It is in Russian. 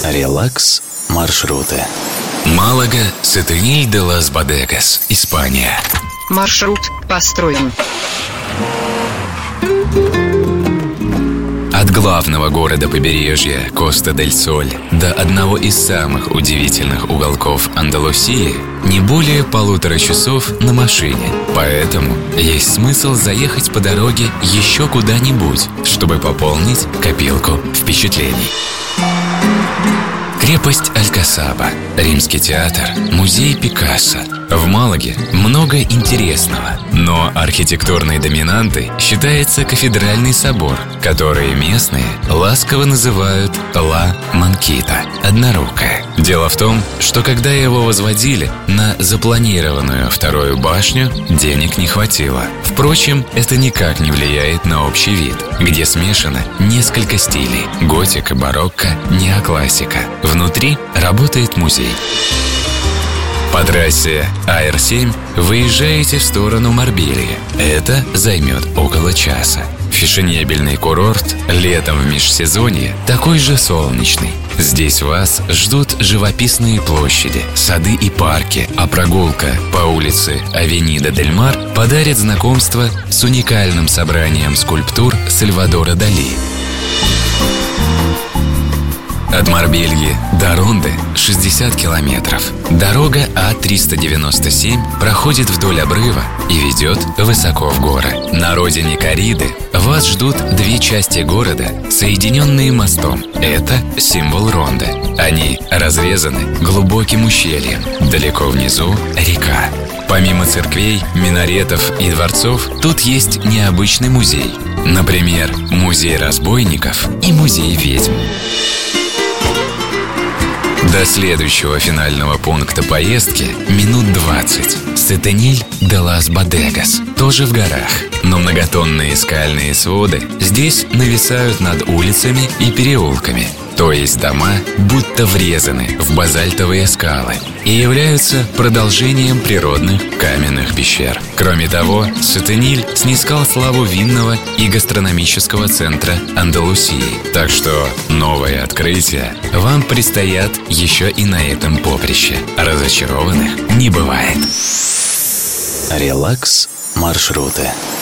Релакс маршруты. Малага, Сетениль-де-лас-Бодегас, Испания. Маршрут построен. От главного города побережья Коста-дель-Соль до одного из самых удивительных уголков Андалусии не более 1,5 часов на машине. Поэтому есть смысл заехать по дороге еще куда-нибудь, чтобы пополнить копилку впечатлений. Крепость Алькасаба, Римский театр, музей Пикассо. В Малаге много интересного, но архитектурной доминантой считается кафедральный собор, который местные ласково называют «Ла Манкита» – «однорукая». Дело в том, что когда его возводили, на запланированную вторую башню денег не хватило. Впрочем, это никак не влияет на общий вид, где смешано несколько стилей – готика, барокко, неоклассика. Внутри работает музей. По трассе АР-7 выезжаете в сторону Марбельи. Это займет около часа. Фешенебельный курорт летом в межсезонье такой же солнечный. Здесь вас ждут живописные площади, сады и парки, а прогулка по улице Авенида дель Мар подарит знакомство с уникальным собранием скульптур Сальвадора Дали. От Марбельи до Ронды 60 километров. Дорога А-397 проходит вдоль обрыва и ведет высоко в горы. На родине Кориды вас ждут две части города, соединенные мостом. Это символ Ронды. Они разрезаны глубоким ущельем. Далеко внизу река. Помимо церквей, минаретов и дворцов, тут есть необычный музей. Например, музей разбойников и музей ведьм. До следующего финального пункта поездки минут 20. Сетениль-де-лас-Бодегас, тоже в горах. Но многотонные скальные своды здесь нависают над улицами и переулками. То есть дома будто врезаны в базальтовые скалы и являются продолжением природных каменных пещер. Кроме того, Сетениль снискал славу винного и гастрономического центра Андалусии. Так что новые открытия вам предстоят еще и на этом поприще. Разочарованных не бывает. Релакс маршруты.